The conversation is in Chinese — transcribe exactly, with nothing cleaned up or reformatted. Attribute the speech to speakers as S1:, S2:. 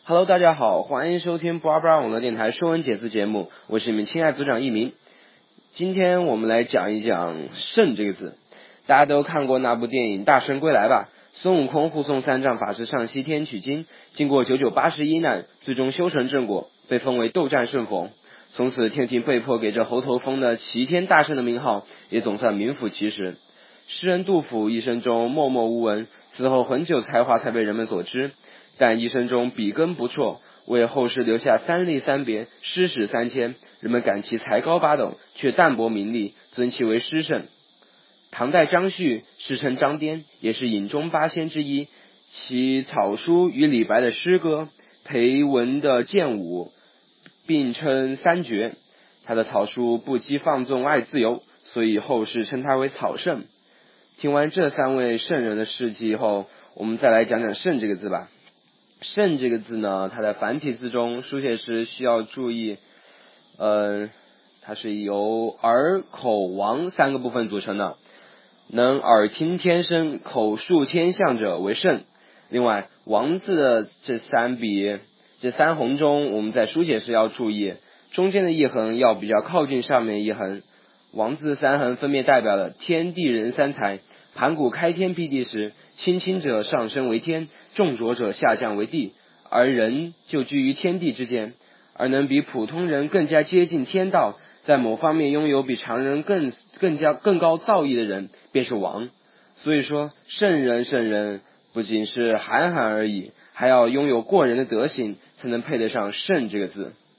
S1: Hello， 大家好，欢迎收听布拉布拉网络电台说文解字节目，我是你们亲爱组长一鸣。今天我们来讲一讲圣这个字。大家都看过那部电影《大圣归来》吧？孙悟空护送三藏法师上西天取经，经过九九八十一难，最终修成正果，被封为斗战胜佛。从此天庭被迫给这猴头蜂的齐天大圣的名号，也总算名副其实。诗人杜甫一生中默默无闻，此后很久才华才被人们所知，但一生中笔耕不辍，为后世留下三吏三别、诗史三千，人们感其才高八斗，却淡泊名利，尊其为诗圣。唐代张旭世称张颠，也是饮中八仙之一，其草书与李白的诗歌、裴文的剑舞并称三绝。他的草书不羁放纵爱自由，所以后世称他为草圣。听完这三位圣人的事迹后，我们再来讲讲圣这个字吧。圣这个字呢，它的繁体字中书写时需要注意，呃，它是由耳、口、王三个部分组成的。能耳听天声、口述天象者为圣。另外，王字的这三笔、这三横中，我们在书写时要注意，中间的一横要比较靠近上面一横。王字三横分别代表了天地人三才。盘古开天辟地时，轻轻者上升为天，重浊者下降为地，而人就居于天地之间，而能比普通人更加接近天道，在某方面拥有比常人更更加更高造诣的人，便是王。所以说，圣人圣人不仅是喊喊而已，还要拥有过人的德行，才能配得上圣这个字。